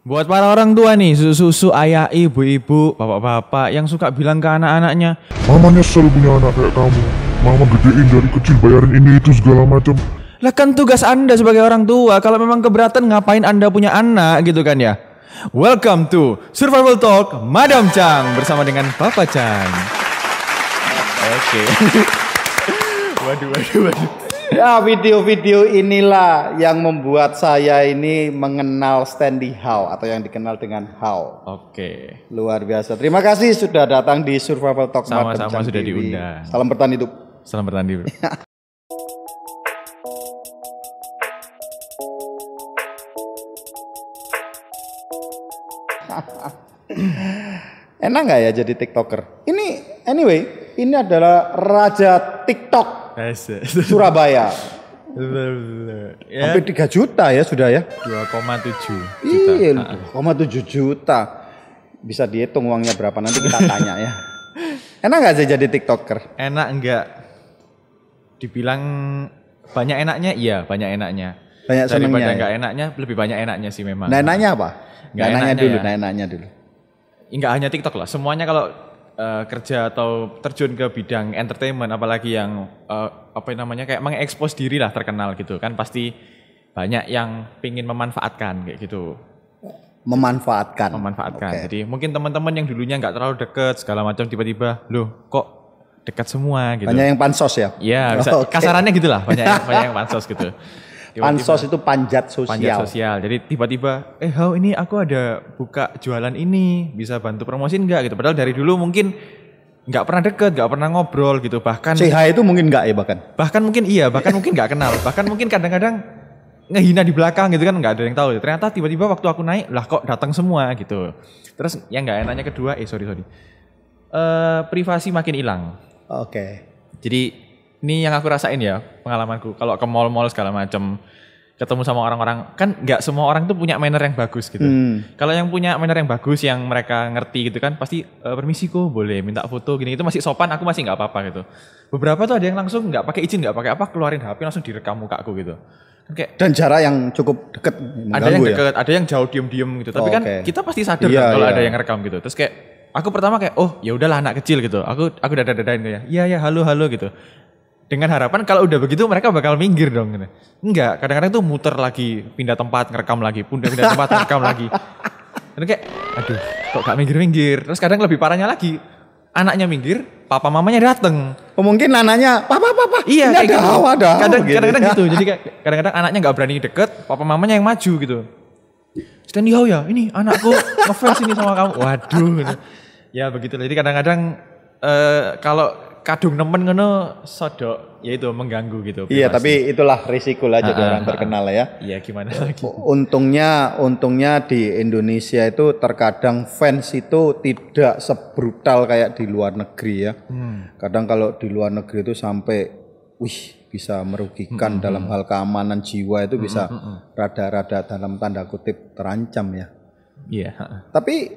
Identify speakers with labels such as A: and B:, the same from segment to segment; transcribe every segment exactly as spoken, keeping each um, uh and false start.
A: Buat para orang tua nih, susu-susu, ayah, ibu-ibu, bapak-bapak yang suka bilang ke anak-anaknya,
B: Mama nyesel punya anak kayak kamu. Mama gedein dari kecil, bayarin ini itu segala macam.
A: lah kan tugas Anda sebagai orang tua, kalau memang keberatan ngapain Anda punya anak gitu kan ya. Welcome to Survival Talk Madam Chang bersama dengan Papa Chang. Oke. Waduh, waduh, waduh.
C: Ya, video-video inilah yang membuat saya ini mengenal Standy How atau yang dikenal dengan How.
A: Oke.
C: Luar biasa. Terima kasih sudah datang di Survival Talk Madam Chang.
A: Sama-sama sudah
C: T V.
A: diundang.
C: Salam bertahan hidup.
A: Salam bertanding.
C: Enak nggak ya jadi TikToker? Ini anyway, ini adalah raja TikTok Surabaya.
A: Ya,
C: Hampir tiga juta ya sudah ya.
A: dua koma tujuh juta.
C: Iya, dua koma tujuh juta. Bisa dihitung uangnya berapa nanti kita tanya ya. Enak nggak sih jadi TikToker?
A: Enak enggak? Dibilang banyak enaknya, iya banyak enaknya.
C: Banyak
A: Daripada
C: senengnya.
A: enggak
C: Ya?
A: enaknya, lebih banyak enaknya sih memang.
C: Nah, enaknya apa?
A: Nggak
C: Nah, enaknya
A: enaknya
C: dulu,
A: ya.
C: nah enaknya dulu.
A: Enggak hanya TikTok lah, semuanya kalau uh, kerja atau terjun ke bidang entertainment, apalagi yang uh, apa namanya kayak mengekspos diri lah terkenal gitu kan, pasti banyak yang pingin memanfaatkan kayak gitu.
C: Memanfaatkan.
A: Memanfaatkan.
C: Oke.
A: Jadi mungkin teman-teman yang dulunya nggak terlalu deket segala macam tiba-tiba, loh kok dekat semua gitu.
C: Banyak yang pansos ya?
A: Iya, bisa
C: Oke.
A: kasarannya gitulah, banyak yang, banyak yang pansos gitu. Tiba-tiba-
C: Pansos itu panjat sosial.
A: panjat sosial. Jadi tiba-tiba, eh how ini aku ada buka jualan ini, bisa bantu promosiin nggak gitu. Padahal dari dulu mungkin nggak pernah deket, nggak pernah ngobrol gitu. Bahkan
C: C H itu mungkin enggak ya bahkan?
A: bahkan mungkin iya, bahkan mungkin nggak kenal. Bahkan mungkin kadang-kadang ngehina di belakang gitu kan, nggak ada yang tahu. Ternyata tiba-tiba waktu aku naik, lah kok datang semua gitu. Terus yang nggak enaknya kedua, eh sorry sorry, Eh privasi makin hilang.
C: Oke.
A: Jadi ini yang aku rasain ya pengalamanku. Kalau ke mall-mall segala macam, ketemu sama orang-orang, kan nggak semua orang tuh punya manner yang bagus gitu.
C: Hmm.
A: Kalau yang punya manner yang bagus, yang mereka ngerti gitu kan, pasti e, permisi kok boleh minta foto gini itu masih sopan. Aku masih nggak apa-apa gitu. Beberapa tuh ada yang langsung nggak pakai izin, nggak pakai apa, keluarin H P langsung direkam mukaku gitu. Kan kayak
C: Dan jarak yang cukup dekat
A: ada yang
C: mengganggu ya?
A: deket, ada yang jauh diem-diem gitu. Tapi
C: Oh,
A: kan
C: oke.
A: kita pasti sadar
C: Iya,
A: kan kalau
C: iya.
A: ada yang ngerekam gitu. Terus kayak aku pertama kayak oh ya udahlah anak kecil gitu. Aku aku dada-dadain ya. Iya ya halo halo gitu. Dengan harapan kalau udah begitu mereka bakal minggir dong gitu. Enggak, kadang-kadang tuh muter lagi, pindah tempat ngerekam lagi, pindah pindah tempat ngerekam lagi. Dan kayak aduh, kok gak minggir-minggir. Terus kadang lebih parahnya lagi, anaknya minggir, papa mamanya dateng.
C: Oh, mungkin anaknya, papa papa.
A: Iya,
C: ini
A: kayak
C: ada
A: gitu.
C: hawa, ada hawa,"
A: Kadang,
C: gitu.
A: kadang-kadang gitu. Jadi kayak kadang-kadang anaknya nggak berani deket, papa mamanya yang maju gitu. Standy How ya, ini anakku ngefans ini sama kamu. Waduh. Gitu. Ya begitulah. Jadi kadang-kadang eh, kalau kadung nemen ngono sodok, ya itu mengganggu gitu.
C: Iya,
A: privasi.
C: tapi itulah risiko lah jadi
A: Ah,
C: orang
A: ah,
C: terkenal ya.
A: Iya gimana lagi?
C: Untungnya, untungnya di Indonesia itu terkadang fans itu tidak sebrutal kayak di luar negeri ya.
A: Hmm.
C: Kadang kalau di luar negeri itu sampai, wih bisa merugikan dalam hal keamanan jiwa itu bisa rada-rada dalam tanda kutip terancam ya.
A: Iya. ha-ha.
C: Tapi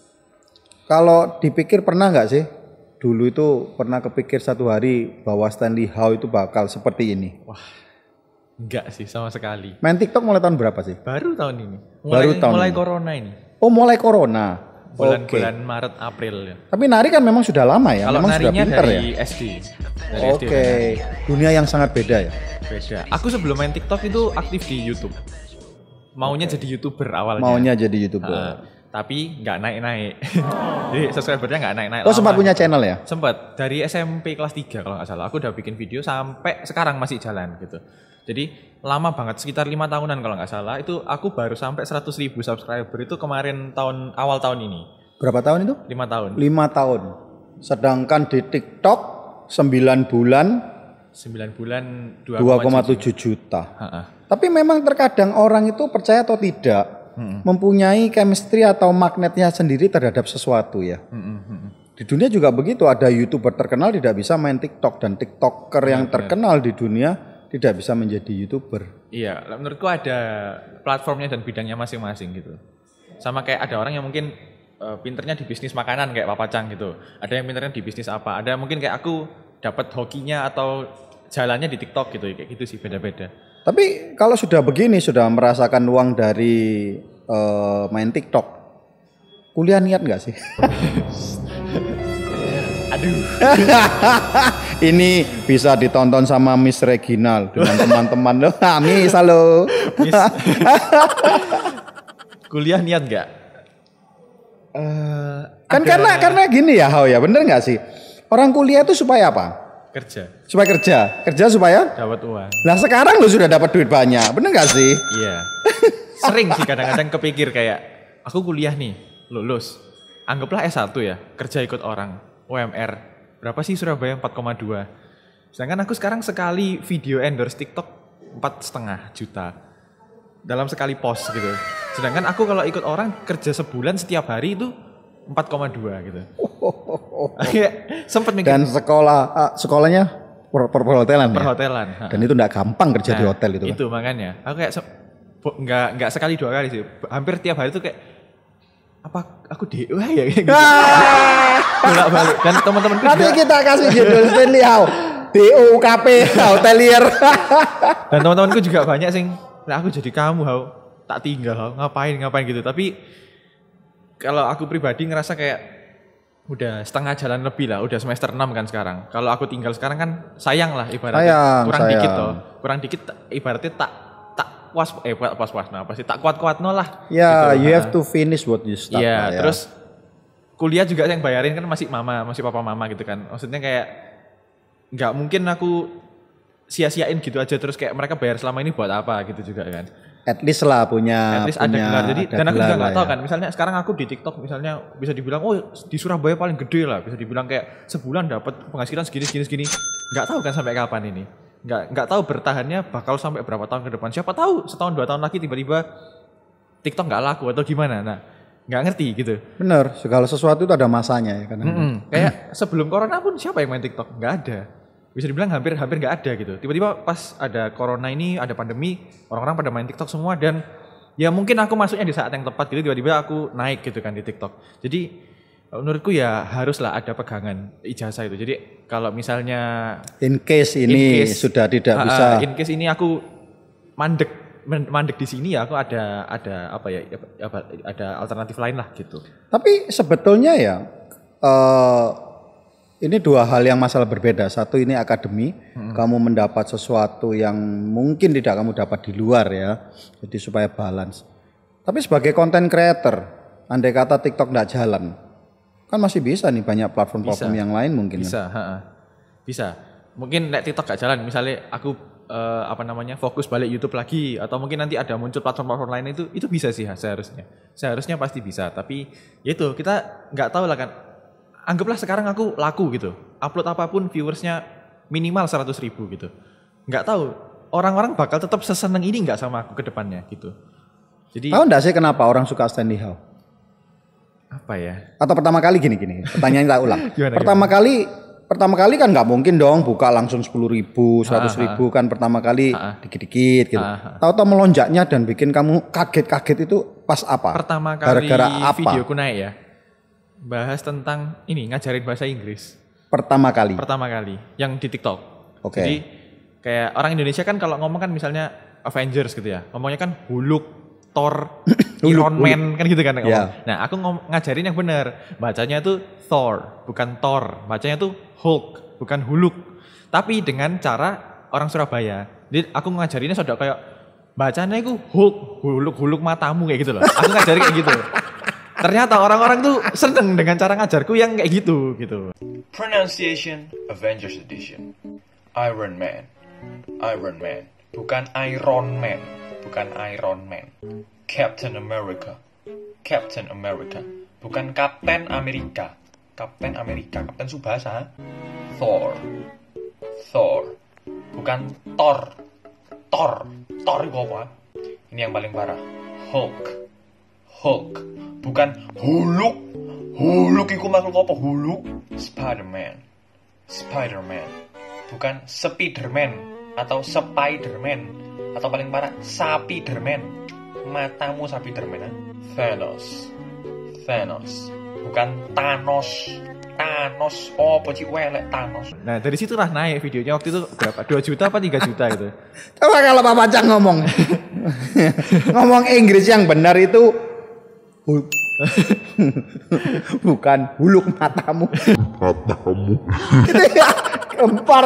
C: kalau dipikir pernah nggak sih? Dulu itu pernah kepikir satu hari bahwa Standy How itu bakal seperti ini.
A: Enggak sih sama sekali.
C: Main TikTok mulai tahun berapa sih?
A: Baru tahun ini. Mulai,
C: Baru tahun
A: mulai
C: ini.
A: corona ini.
C: Oh, mulai corona.
A: Bulan
C: Oke.
A: bulan Maret April ya.
C: Tapi nari kan memang sudah lama ya,
A: Kalau
C: memang sudah
A: narinya
C: pinter
A: dari
C: ya.
A: S D. Dari S D
C: Oke, dunia yang sangat beda ya.
A: beda. Aku sebelum main TikTok itu aktif di YouTube. Maunya jadi YouTuber awalnya.
C: Maunya jadi YouTuber.
A: Ah, tapi nggak naik-naik. Jadi subscribernya nggak naik-naik.
C: Oh, sempat
A: lama.
C: punya channel ya?
A: Sempat dari S M P kelas tiga kalau nggak salah. Aku udah bikin video sampai sekarang masih jalan gitu. Jadi lama banget, sekitar lima tahunan kalau nggak salah. Itu aku baru sampai seratus ribu subscriber itu kemarin tahun awal tahun ini.
C: Berapa tahun itu?
A: lima tahun.
C: Lima tahun. Sedangkan di TikTok sembilan bulan
A: sembilan bulan
C: dua koma tujuh juta.
A: Ha-ha.
C: Tapi memang terkadang orang itu percaya atau tidak mempunyai chemistry atau magnetnya sendiri terhadap sesuatu ya.
A: Mm-mm, mm-mm.
C: Di dunia juga begitu, ada YouTuber terkenal tidak bisa main TikTok dan TikToker yang terkenal di dunia tidak bisa menjadi YouTuber.
A: Iya, menurutku ada platformnya dan bidangnya masing-masing gitu. Sama kayak ada orang yang mungkin uh, pinternya di bisnis makanan kayak Papa Chang gitu. Ada yang pinternya di bisnis apa. Ada mungkin kayak aku dapat hokinya atau jalannya di TikTok gitu. Kayak gitu sih beda-beda.
C: Tapi kalau sudah begini, sudah merasakan uang dari eh, main TikTok. Kuliah niat nggak sih?
A: Aduh.
C: Ini bisa ditonton sama Miss Reginal dengan teman-teman lo. Ah, Miss, halo.
A: Miss. Kuliah niat nggak? Uh,
C: Kan
A: ada
C: karena karena gini ya, Hao ya, bener nggak sih? Orang kuliah itu supaya apa?
A: kerja,
C: Supaya kerja, kerja supaya.
A: dapat uang.
C: Nah sekarang lo sudah dapat duit banyak, bener nggak sih?
A: Iya. Sering sih kadang-kadang kepikir kayak aku kuliah nih, lulus. Anggaplah S satu ya, kerja ikut orang, U M R. Berapa sih Surabaya empat koma dua. Sedangkan aku sekarang sekali video endorse TikTok empat setengah juta. Dalam sekali post gitu. Sedangkan aku kalau ikut orang kerja sebulan setiap hari itu empat koma dua gitu. Kayak sempet mikir
C: Dan sekolah ah, sekolahnya per, per perhotelan ya.
A: perhotelan.
C: Dan itu nggak gampang kerja di
A: Nah,
C: hotel itu. Kan?
A: Itu makanya. Aku kayak se- bo- nggak nggak sekali dua kali sih. Hampir tiap hari tuh kayak apa aku D O ya kayak gitu. Bolak balik. Dan teman-teman
C: Nanti
A: juga
C: kita kasih judul Stanley Hao D O U K P hotelier.
A: dan teman-temanku juga banyak sing, nah aku jadi kamu Hao, tak tinggal Hao, ngapain ngapain gitu. Tapi kalau aku pribadi ngerasa kayak udah setengah jalan lebih lah, udah semester enam kan sekarang. Kalau aku tinggal sekarang kan sayang lah ibaratnya.
C: Sayang,
A: kurang
C: sayang.
A: dikit toh. Kurang dikit ibaratnya tak tak puas eh puas puas nah apa sih tak kuat-kuat no lah.
C: Ya,
A: Gitu.
C: you
A: Nah,
C: have to finish what you start.
A: iya,
C: lah ya.
A: terus kuliah juga yang bayarin kan masih mama, masih papa mama gitu kan. Maksudnya kayak nggak mungkin aku sia-siain gitu aja terus kayak mereka bayar selama ini buat apa gitu juga kan.
C: At least lah punya.
A: At least ada
C: punya-
A: gelar. Jadi
C: ada
A: dan aku
C: gelar
A: juga
C: lah
A: nggak tahu
C: ya.
A: kan. Misalnya sekarang aku di TikTok misalnya bisa dibilang oh di Surabaya paling gede lah. Bisa dibilang kayak sebulan dapat penghasilan segini segini segini. Nggak tahu kan sampai kapan ini. Nggak nggak tahu bertahannya bakal sampai berapa tahun ke depan. Siapa tahu setahun dua tahun lagi tiba-tiba TikTok nggak laku atau gimana. Nah nggak ngerti gitu.
C: Bener, segala sesuatu itu ada masanya ya kan.
A: Mm-mm. Kayak sebelum corona pun siapa yang main TikTok? Nggak ada. Bisa dibilang hampir hampir nggak ada gitu. Tiba-tiba pas ada corona ini, ada pandemi, orang-orang pada main TikTok semua dan ya mungkin aku masuknya di saat yang tepat gitu. Tiba-tiba aku naik gitu kan di TikTok. Jadi menurutku ya haruslah ada pegangan ijazah itu. Jadi kalau misalnya
C: In case
A: in
C: ini
A: case-
C: sudah tidak
A: Ah,
C: bisa.
A: ah, in case ini aku mandek men- mandek di sini ya aku ada ada apa ya apa, ada alternatif lain lah gitu.
C: Tapi sebetulnya ya eh, ini dua hal yang masalah berbeda. Satu ini akademi, kamu mendapat sesuatu yang mungkin tidak kamu dapat di luar ya. Jadi supaya balance. Tapi sebagai content creator, andai kata TikTok nggak jalan, kan masih bisa nih banyak platform-platform
A: Bisa.
C: yang lain mungkin.
A: Bisa, ha-ha. Bisa. Mungkin nek TikTok gak jalan, misalnya aku eh, apa namanya fokus balik YouTube lagi, atau mungkin nanti ada muncul platform-platform lain itu, itu bisa sih seharusnya. Seharusnya pasti bisa. Tapi ya itu kita nggak tahu lah kan. Anggaplah sekarang aku laku gitu, upload apapun viewersnya minimal seratus ribu gitu. Nggak tahu orang-orang bakal tetap seseneng ini nggak sama aku ke depannya gitu. Jadi
C: Tahu nggak sih kenapa orang suka Stanley Hao?
A: apa ya?
C: Atau pertama kali gini gini, pertanyaan tak ulang.
A: Gimana,
C: pertama kali, pertama kali kan nggak mungkin dong buka langsung sepuluh ribu, seratus ribu kan pertama kali dikit-dikit gitu. Tahu-tahu melonjaknya dan bikin kamu kaget-kaget itu pas apa?
A: Pertama kali
C: Gara-gara apa?
A: videoku naik ya, bahas tentang ini ngajarin bahasa Inggris.
C: Pertama kali.
A: Pertama kali yang di TikTok.
C: Oke.
A: Jadi kayak orang Indonesia kan kalau ngomong kan misalnya Avengers gitu ya, ngomongnya kan Hulk, Thor, Iron Man kan gitu kan ngomong.
C: Ya.
A: Nah aku ngom- ngajarin yang benar, bacanya tuh Thor bukan Thor, bacanya tuh Hulk bukan Huluk. Tapi dengan cara orang Surabaya. Jadi aku ngajarinnya sudah kayak bacanya itu Hulk, Huluk Huluk matamu kayak gitu loh. Aku ngajarin kayak gitu. Ternyata orang-orang tuh seneng dengan cara ngajarku yang kayak gitu gitu.
D: Pronunciation Avengers Edition. Iron Man. Iron Man. Bukan Iron Man. Bukan Iron Man. Captain America. Captain America. Bukan Kapten Amerika. Kapten Amerika. Kapten Subasa. Thor. Thor. Bukan Thor. Thor. Thor itu apa? Ini yang paling parah. Hulk. Hulk. Bukan Huluk. Huluk iku makhluk apa? Huluk. Spider-Man. Spider-Man. Bukan Spider-Man atau Spider-Man atau paling parah Sapiderman. Matamu Sapiderman. Ha? Thanos. Thanos. Bukan Thanos. Thanos, oh pocik welek Thanos.
A: Nah dari situlah naik videonya waktu itu berapa? dua juta apa tiga juta gitu.
C: Coba kalau Pak Pacang ngomong. Ngomong Inggris yang benar itu hu- bukan huluk matamu.
B: Matamu.
C: Gitu ya. Gempar.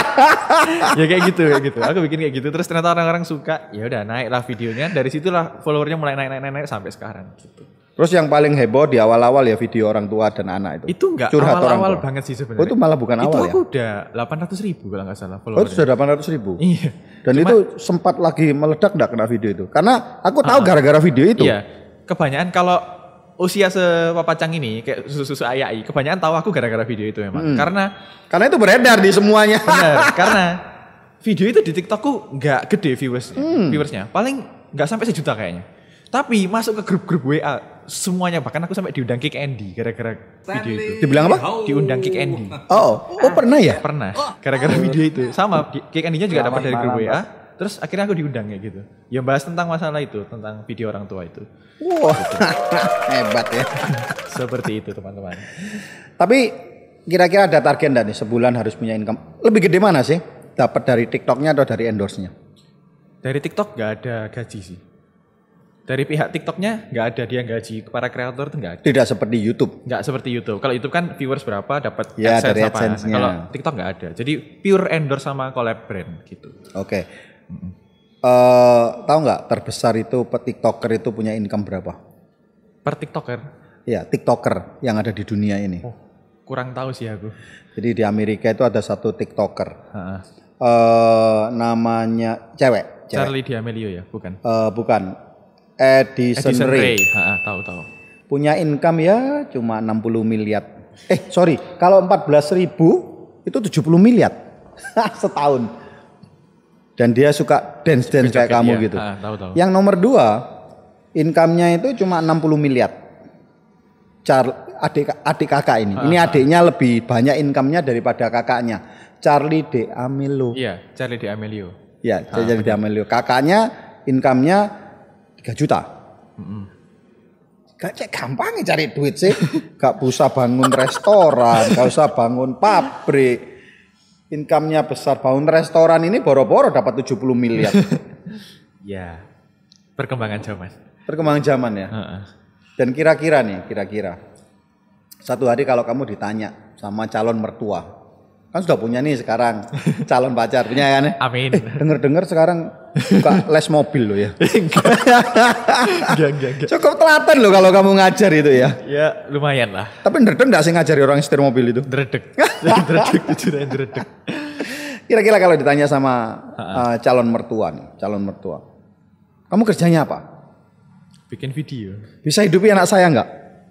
A: Ya kayak gitu kayak gitu. Aku bikin kayak gitu terus ternyata orang-orang suka. Ya udah naiklah videonya. Dari situlah followernya mulai naik naik naik, naik sampai sekarang gitu.
C: Terus yang paling heboh di awal-awal ya video orang tua dan anak itu.
A: Itu enggak
C: Curhat orang
A: awal-awal
C: tua.
A: banget sih sebenarnya.
C: Oh, itu malah bukan
A: Itu
C: awal ya?
A: aku udah delapan ratus ribu kalau nggak salah
C: Oh itu
A: followernya.
C: sudah delapan ratus ribu?
A: Iya.
C: Dan
A: Cuma-
C: itu sempat lagi meledak enggak kena video itu? Karena aku tahu gara-gara video itu.
A: Iya. Kebanyakan kalau usia sepapacang ini kayak susu-susu ayai, kebanyakan tahu aku gara-gara video itu memang. Karena
C: Karena itu beredar di semuanya.
A: benar, karena video itu di TikTokku nggak gede viewersnya, viewersnya paling nggak sampai sejuta kayaknya. Tapi masuk ke grup-grup W A semuanya, bahkan aku sampai diundang Kick Andy gara-gara video itu.
C: Dibilang apa?
A: Diundang Kick Andy.
C: Oh, oh pernah ya?
A: Pernah. Gara-gara video itu. Sama di- Kick Andy-nya juga dapat dari grup W A. Terus akhirnya aku diundang kayak gitu. Ya bahas tentang masalah itu, tentang video orang tua itu.
C: Wah, hebat ya.
A: Seperti itu teman-teman.
C: Tapi kira-kira ada target enggak nih sebulan harus punya income? Lebih gede mana sih? Dapat dari TikToknya atau dari endorse-nya?
A: Dari TikTok nggak ada gaji sih. Dari pihak TikToknya nggak ada dia gaji, para kreator tuh nggak ada.
C: Tidak seperti YouTube.
A: Nggak seperti YouTube. Kalau YouTube kan viewers berapa dapat
C: Ya,
A: AdSense
C: dari
A: apa.
C: AdSense-nya.
A: Kalau TikTok nggak ada. Jadi pure endorse sama collab brand gitu.
C: Oke. Eh, tahu nggak terbesar itu pe- TikToker itu punya income berapa?
A: Per TikToker,
C: Ya, TikToker yang ada di dunia ini.
A: oh, kurang tahu sih aku.
C: Jadi di Amerika itu ada satu TikToker.
A: Ha-ha.
C: Eh, namanya cewek, cewek.
A: Charlie D'Amelio ya, bukan?
C: Eh, bukan. Edison,
A: Edison
C: Ray.
A: Ray. Ha-ha, tahu tahu.
C: Punya income ya cuma enam puluh miliar. Eh, sorry, kalau empat belas ribu itu tujuh puluh miliar setahun. Dan dia suka dance-dance kayak
A: Joget,
C: kamu
A: iya.
C: gitu.
A: Ah, tahu, tahu.
C: Yang nomor dua, income-nya itu cuma enam puluh miliar. Char adik adik kakak ini. Ini adiknya lebih banyak income-nya daripada kakaknya. Charlie D'Amelio.
A: Iya, Charlie D'Amelio.
C: Ya, Charlie D'Amelio. Kakaknya income-nya tiga juta. Gak cek gampang ya cari duit sih. Gak usah bangun restoran, gak usah bangun pabrik. Income-nya besar, bangun restoran ini boro-boro dapat tujuh puluh miliar.
A: Ya, perkembangan zaman.
C: Perkembangan zaman ya.
A: Ha-ha.
C: Dan kira-kira nih, kira-kira satu hari kalau kamu ditanya sama calon mertua, kan sudah punya nih sekarang calon pacar punya kan?
A: Amin.
C: Dengar-dengar sekarang buka les mobil loh ya.
A: Enggak, enggak, enggak.
C: Cukup telaten loh kalau kamu ngajar itu ya.
A: Ya, lumayan lah.
C: Tapi ndredeg enggak sih ngajari orang setir mobil itu?
A: Dredeg. Dredeg, jujur aja dredeg.
C: Kira-kira kalau ditanya sama uh, calon mertua nih, calon mertua. Kamu kerjanya apa?
A: Bikin video.
C: Bisa hidupi anak saya enggak?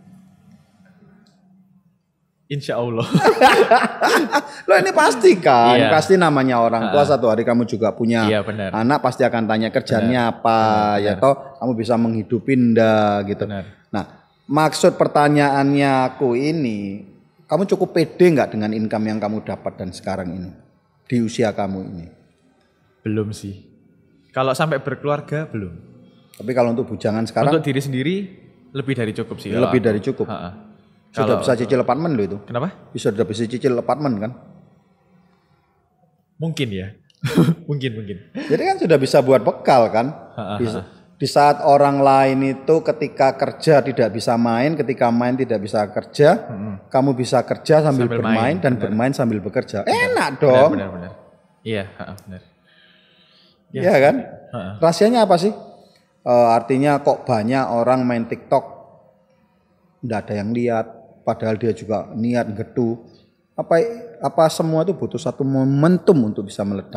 A: Insya Allah.
C: Loh ini pasti kan,
A: Iya.
C: pasti namanya orang tua satu hari kamu juga punya
A: Iya, benar.
C: anak pasti akan tanya kerjanya apa, ya toh kamu bisa menghidupi ndak gitu.
A: Benar.
C: Nah, maksud pertanyaannya aku ini, kamu cukup pede nggak dengan income yang kamu dapat dan sekarang ini di usia kamu ini?
A: Belum sih. Kalau sampai berkeluarga belum.
C: Tapi kalau untuk bujangan sekarang
A: Untuk diri sendiri lebih dari cukup sih.
C: lebih
A: kalau
C: dari
A: aku.
C: cukup.
A: Ha-ha.
C: Sudah
A: Kalau-
C: bisa cicil apartemen loh itu.
A: Kenapa?
C: Bisa sudah bisa cicil apartemen kan?
A: Mungkin ya. mungkin mungkin.
C: Jadi kan sudah bisa buat bekal kan. Di, di saat orang lain itu ketika kerja tidak bisa main, ketika main tidak bisa kerja, kamu bisa kerja sambil,
A: Sambil
C: bermain
A: main,
C: dan
A: benar.
C: bermain sambil bekerja. Enak
A: Benar,
C: dong.
A: benar, benar. Iya, ha-ha, benar.
C: Iya kan?
A: Ha-ha.
C: Rahasianya apa sih? Eh, artinya kok banyak orang main TikTok nggak ada yang lihat, padahal dia juga niat gedu. Apa apa semua itu butuh satu momentum untuk bisa meledak.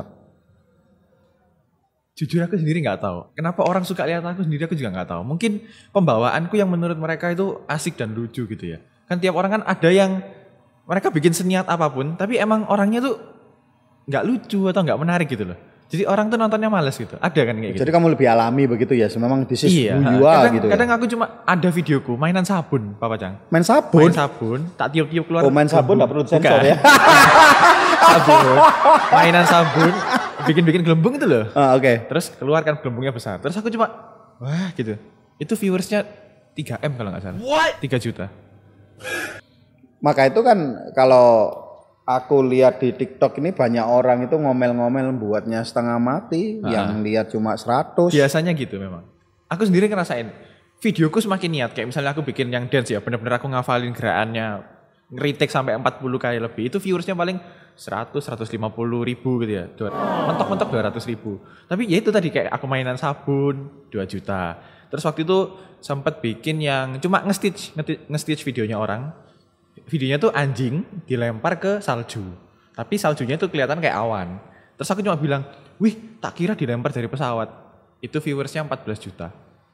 A: Jujur aku sendiri nggak tahu. Kenapa orang suka lihat aku sendiri aku juga nggak tahu. Mungkin pembawaanku yang menurut mereka itu asik dan lucu gitu ya. Kan tiap orang kan ada yang mereka bikin seniat apapun, tapi emang orangnya tuh nggak lucu atau nggak menarik gitu loh. Jadi orang tuh nontonnya males gitu. Ada kan kayak gitu.
C: Jadi kamu lebih alami begitu ya. Memang this is
A: Iya.
C: who you are
A: Kadang,
C: gitu
A: kadang
C: ya.
A: aku cuma ada videoku mainan sabun, Papa Cang.
C: Main sabun.
A: Main sabun, tak tiup-tiup keluar.
C: Oh main sabun
A: gelembung.
C: nggak perlu sensor
A: Bukan.
C: ya.
A: Sabun. Mainan sabun, bikin-bikin gelembung itu loh.
C: Ah, Oke.
A: Terus keluar kan gelembungnya besar. Terus aku cuma, wah gitu. Itu viewersnya tiga M kalau nggak salah. What? tiga juta.
C: Maka itu kan kalau aku lihat di TikTok ini banyak orang itu ngomel-ngomel buatnya setengah mati,
A: Ah.
C: yang lihat cuma seratus.
A: Biasanya gitu memang. Aku sendiri ngerasain videoku semakin niat, kayak misalnya aku bikin yang dance ya, bener-bener aku ngafalin gerakannya, ngeritik sampai empat puluh kali lebih, itu viewersnya paling seratus, seratus lima puluh ribu gitu ya, mentok-mentok dua ratus ribu. Tapi ya itu tadi kayak aku mainan sabun dua juta. Terus waktu itu sempat bikin yang cuma nge-stitch, nge- nge-stitch videonya orang. Videonya tuh anjing dilempar ke salju. Tapi saljunya tuh kelihatan kayak awan. Terus aku cuma bilang, wih tak kira dilempar dari pesawat. Itu viewersnya empat belas juta.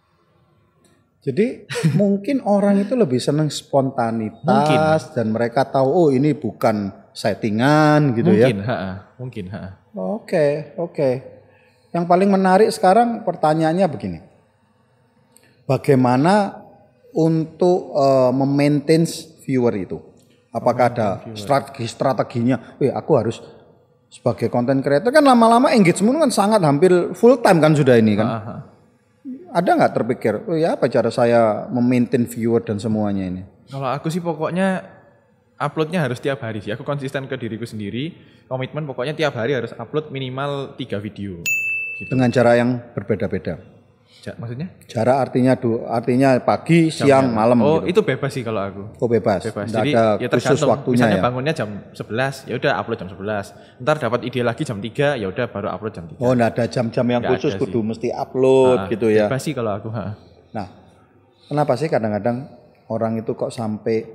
C: Jadi mungkin orang itu lebih senang spontanitas
A: Mungkin.
C: dan mereka tahu oh ini bukan settingan gitu
A: Mungkin,
C: ya.
A: ha-ha, mungkin, ha-ha.
C: Oke, oke. Yang paling menarik sekarang pertanyaannya begini. Bagaimana untuk uh, memaintain viewer itu? Apakah ada strategi-strateginya? Wih, aku harus sebagai content creator kan lama-lama engagement kan sangat hampir full time kan sudah ini kan.
A: Ha-ha.
C: Ada nggak terpikir, oh ya apa cara saya memaintain viewer dan semuanya ini?
A: Kalau aku sih pokoknya uploadnya harus tiap hari sih. Aku konsisten ke diriku sendiri. Komitmen pokoknya tiap hari harus upload minimal tiga video. Gitu.
C: Dengan cara yang berbeda-beda.
A: Ja- maksudnya?
C: Cara artinya du, artinya pagi, siang, malam
A: Oh,
C: gitu.
A: itu bebas sih kalau aku.
C: Oh bebas.
A: Bebas.
C: Nggak
A: Jadi
C: ada
A: ya
C: khusus
A: tergantung.
C: waktunya
A: Misalnya
C: ya.
A: bangunnya jam sebelas, ya udah upload jam sebelas. Ntar dapat ide lagi jam tiga, ya udah baru upload jam tiga.
C: Oh, enggak ada jam-jam yang
A: Nggak
C: khusus
A: ada
C: kudu
A: sih.
C: mesti upload
A: Ah,
C: gitu ya.
A: Bebas sih kalau aku. Ha.
C: Nah, kenapa sih kadang-kadang orang itu kok sampai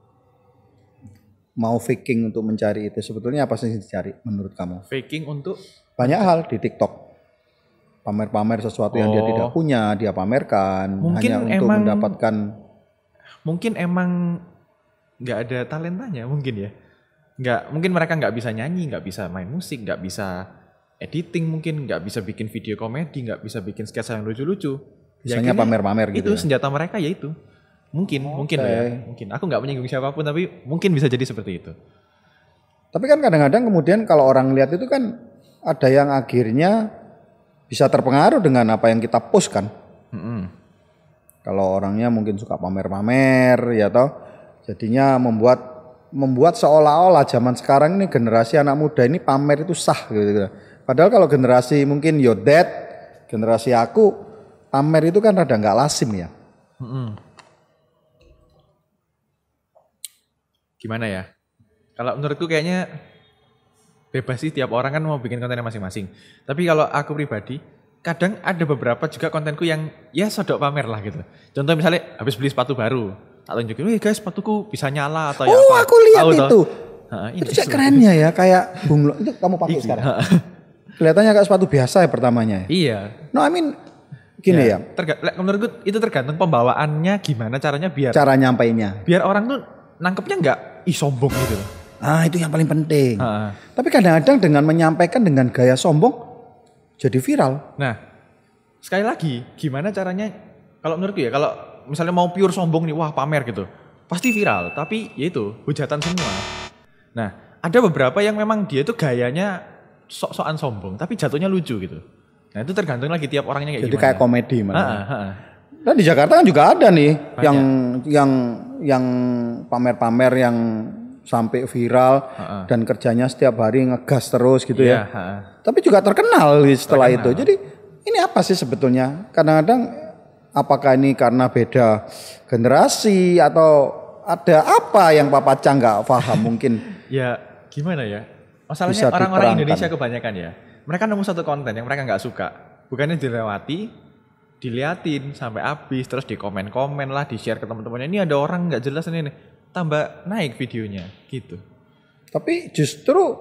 C: mau faking untuk mencari itu? Sebetulnya apa sih yang dicari menurut kamu?
A: Faking untuk
C: Banyak hal di TikTok. Pamer-pamer sesuatu yang dia
A: Oh.
C: tidak punya, dia pamerkan
A: Mungkin
C: hanya untuk
A: emang-
C: mendapatkan
A: mungkin emang nggak ada talentanya mungkin ya. Nggak, mungkin mereka nggak bisa nyanyi, nggak bisa main musik, nggak bisa editing mungkin, nggak bisa bikin video komedi, nggak bisa bikin sketsa yang lucu-lucu. Ya
C: Bisanya
A: akhirnya
C: pamer-pamer gitu
A: Itu
C: ya?
A: senjata mereka ya itu. Mungkin, mungkin loh ya. Mungkin. Aku nggak menyinggung siapapun tapi mungkin bisa jadi seperti itu.
C: Tapi kan kadang-kadang kemudian kalau orang lihat itu kan ada yang akhirnya bisa terpengaruh dengan apa yang kita post kan.
A: Mm-mm.
C: Kalau orangnya mungkin suka pamer-pamer ya toh. Jadinya membuat membuat seolah-olah zaman sekarang ini generasi anak muda ini pamer itu sah gitu. Padahal kalau generasi mungkin your dad, generasi aku pamer itu kan rada nggak lazim ya.
A: Mm-mm. Gimana ya? Kalau menurutku kayaknya bebas sih, tiap orang kan mau bikin kontennya masing-masing. Tapi kalau aku pribadi, kadang ada beberapa juga kontenku yang ya sodok pamer lah gitu. Contoh misalnya habis beli sepatu baru, tak tunjukin, wih guys sepatuku bisa nyala atau ya
C: Oh,
A: apa.
C: aku lihat
A: Tahu toh?
C: itu.
A: Ha, ini
C: Itu cek kerennya ya kayak bunglon itu kamu pakai sekarang. Kelihatannya kayak sepatu biasa ya pertamanya ya.
A: Iya.
C: No, I mean gini ya,
A: Terga- le- menurutku itu tergantung pembawaannya gimana caranya biar
C: cara nyampainya.
A: biar orang tuh nangkepnya nggak ih sombong gitu loh.
C: Ah, itu yang paling penting.
A: Ha.
C: Tapi kadang-kadang dengan menyampaikan dengan gaya sombong jadi viral.
A: Nah, sekali lagi, gimana caranya? Kalau menurutku ya, kalau misalnya mau pure sombong nih, wah pamer gitu, pasti viral. Tapi ya itu hujatan semua. Nah, ada beberapa yang memang dia itu gayanya sok-sokan sombong, tapi jatuhnya lucu gitu. Nah itu tergantung lagi tiap orangnya kayak
C: Jadi
A: gimana.
C: kayak komedi
A: Ha,
C: malah.
A: ha, ha.
C: Dan di Jakarta kan juga ada nih yang yang yang pamer-pamer yang sampai viral
A: Ha-ha.
C: dan kerjanya setiap hari ngegas terus gitu
A: Iya,
C: ya.
A: ha.
C: Tapi juga terkenal setelah
A: Terkenal.
C: itu. Jadi ini apa sih sebetulnya? Kadang-kadang apakah ini karena beda generasi atau ada apa yang Papa Cang nggak paham mungkin?
A: Ya gimana ya?
C: Bisa
A: Masalahnya orang-orang
C: diterangkan.
A: Indonesia kebanyakan ya, mereka nemu satu konten yang mereka nggak suka, bukannya dilewati, diliatin sampai habis, terus di komen-komen lah, di share ke teman-temannya. Ini ada orang nggak jelas ini nih, tambah naik videonya, gitu.
C: Tapi justru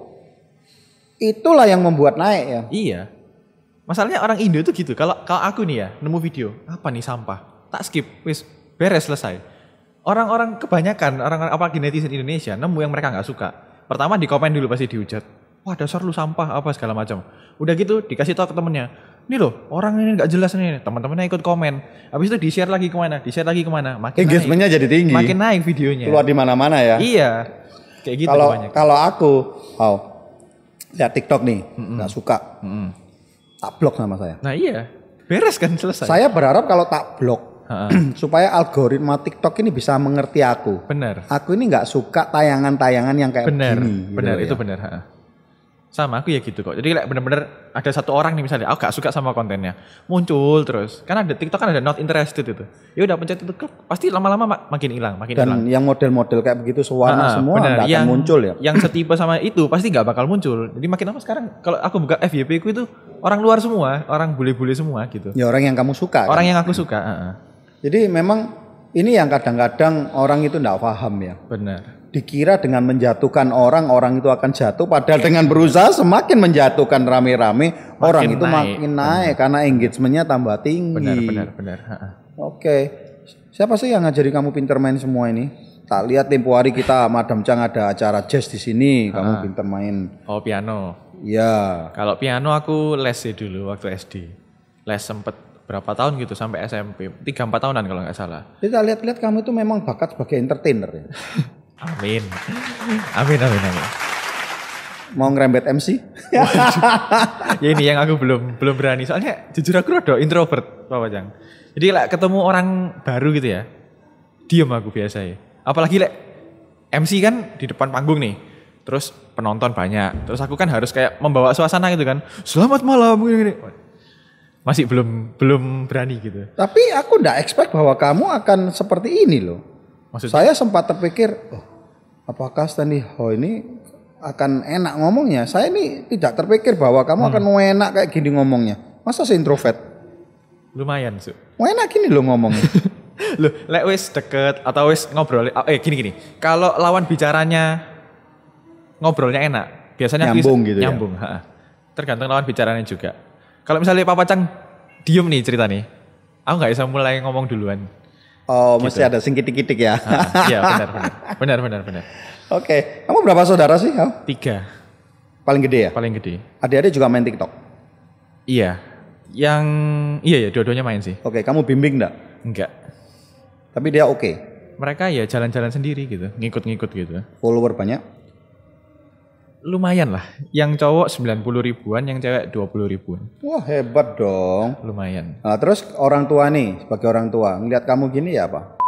C: itulah yang membuat naik ya.
A: Iya. Masalahnya orang Indo itu gitu. Kalau kalau aku nih ya nemu video apa nih sampah, tak skip, wis beres selesai. Orang-orang kebanyakan orang-orang apalagi netizen Indonesia nemu yang mereka nggak suka. Pertama di komen dulu pasti dihujat. Wah dasar lu sampah apa segala macam. Udah gitu dikasih tahu ke temennya. Nih loh orang ini nggak jelas nih. Teman-temannya ikut komen. Habis itu di share lagi kemana? Di share lagi kemana? Makin
C: Engagementnya
A: naik.
C: jadi tinggi.
A: Makin naik videonya.
C: Keluar di mana-mana ya.
A: Iya. Kayak gitu
C: Kalau
A: kebanyakan.
C: kalau aku, oh, lihat TikTok nih, nggak suka,
A: Mm-mm.
C: tak blok sama saya.
A: Nah iya. Beres kan selesai.
C: Saya berharap kalau tak blok supaya algoritma TikTok ini bisa mengerti aku.
A: Benar.
C: Aku ini nggak suka tayangan-tayangan yang kayak
A: Benar,
C: gini. gitu
A: benar
C: loh
A: itu
C: ya.
A: benar. Ha. Sama aku ya gitu kok. Jadi like, bener-bener ada satu orang nih misalnya, aku gak suka sama kontennya, muncul terus. Karena ada TikTok kan ada not interested itu. Ya udah pencet itu, pasti lama-lama mak- makin hilang, makin hilang.
C: Dan yang model-model kayak begitu sewarna
A: Ha,
C: semua
A: benar.
C: nggak akan
A: yang,
C: muncul ya.
A: Yang setipe sama itu pasti nggak bakal muncul. Jadi makin lama sekarang kalau aku buka F Y P ku itu orang luar semua, orang bule-bule semua gitu.
C: Ya orang yang kamu suka.
A: Orang
C: kan?
A: yang aku suka. Ha, ha.
C: Jadi memang ini yang kadang-kadang orang itu nggak paham ya.
A: Benar.
C: Dikira dengan menjatuhkan orang, orang itu akan jatuh. Padahal dengan berusaha semakin menjatuhkan rame-rame, orang itu
A: naik.
C: makin naik karena engagementnya tambah tinggi.
A: Benar, benar, benar. Ha, ha.
C: Oke, siapa sih yang ngajari kamu pinter main semua ini? Tak lihat tempo hari kita Madam Chang ada acara jazz di sini, kamu pinter main.
A: Oh piano.
C: Ya,
A: Kalau piano aku les sih dulu waktu S D. Les sempet berapa tahun gitu sampai S M P. tiga empat tahunan kalau nggak salah.
C: kita lihat-lihat kamu itu memang bakat sebagai entertainer ya.
A: Amin. Amin, amin, amin.
C: Mau ngerembet M C?
A: Ya ini yang aku belum belum berani. Soalnya jujur aku rada introvert, Pak Wajang. Jadi like, ketemu orang baru gitu ya, diem aku biasa ya. Apalagi like, M C kan di depan panggung nih, terus penonton banyak. Terus aku kan harus kayak membawa suasana gitu kan. Selamat malam gini-gini. Masih belum belum berani gitu.
C: Tapi aku ndak expect bahwa kamu akan seperti ini loh.
A: Maksudnya?
C: Saya sempat terpikir, oh, apakah Stanley Ho ini akan enak ngomongnya? Saya ini tidak terpikir bahwa kamu
A: Hmm.
C: akan mau enak kayak gini ngomongnya. Masa saya introvert?
A: Lumayan, Su.
C: Mau enak gini loh ngomongnya.
A: Loh, lek wis deket atau wis ngobrol, eh gini gini. Kalau lawan bicaranya ngobrolnya enak, biasanya aku
C: Nyambung
A: is-
C: gitu ya?
A: nyambung, ha. Tergantung lawan bicaranya juga. Kalau misalnya Papa Cang diem nih cerita nih, aku nggak bisa mulai ngomong duluan.
C: Oh, mesti ada singkitik-kitik ya.
A: Ha, iya benar benar, benar benar benar.
C: Oke, kamu berapa saudara sih? Hao?
A: Tiga
C: Paling gede ya?
A: paling gede.
C: Adik-adik juga main TikTok?
A: Iya, yang iya ya dua-duanya main sih.
C: Oke, kamu bimbing enggak?
A: Enggak,
C: Tapi dia oke.
A: mereka ya jalan-jalan sendiri gitu, ngikut-ngikut gitu.
C: Follower banyak?
A: Lumayan lah, yang cowok sembilan puluh ribuan, yang cewek dua puluh ribuan.
C: Wah, hebat dong.
A: Lumayan.
C: Nah, terus orang tua nih, sebagai orang tua, ngeliat kamu gini ya apa?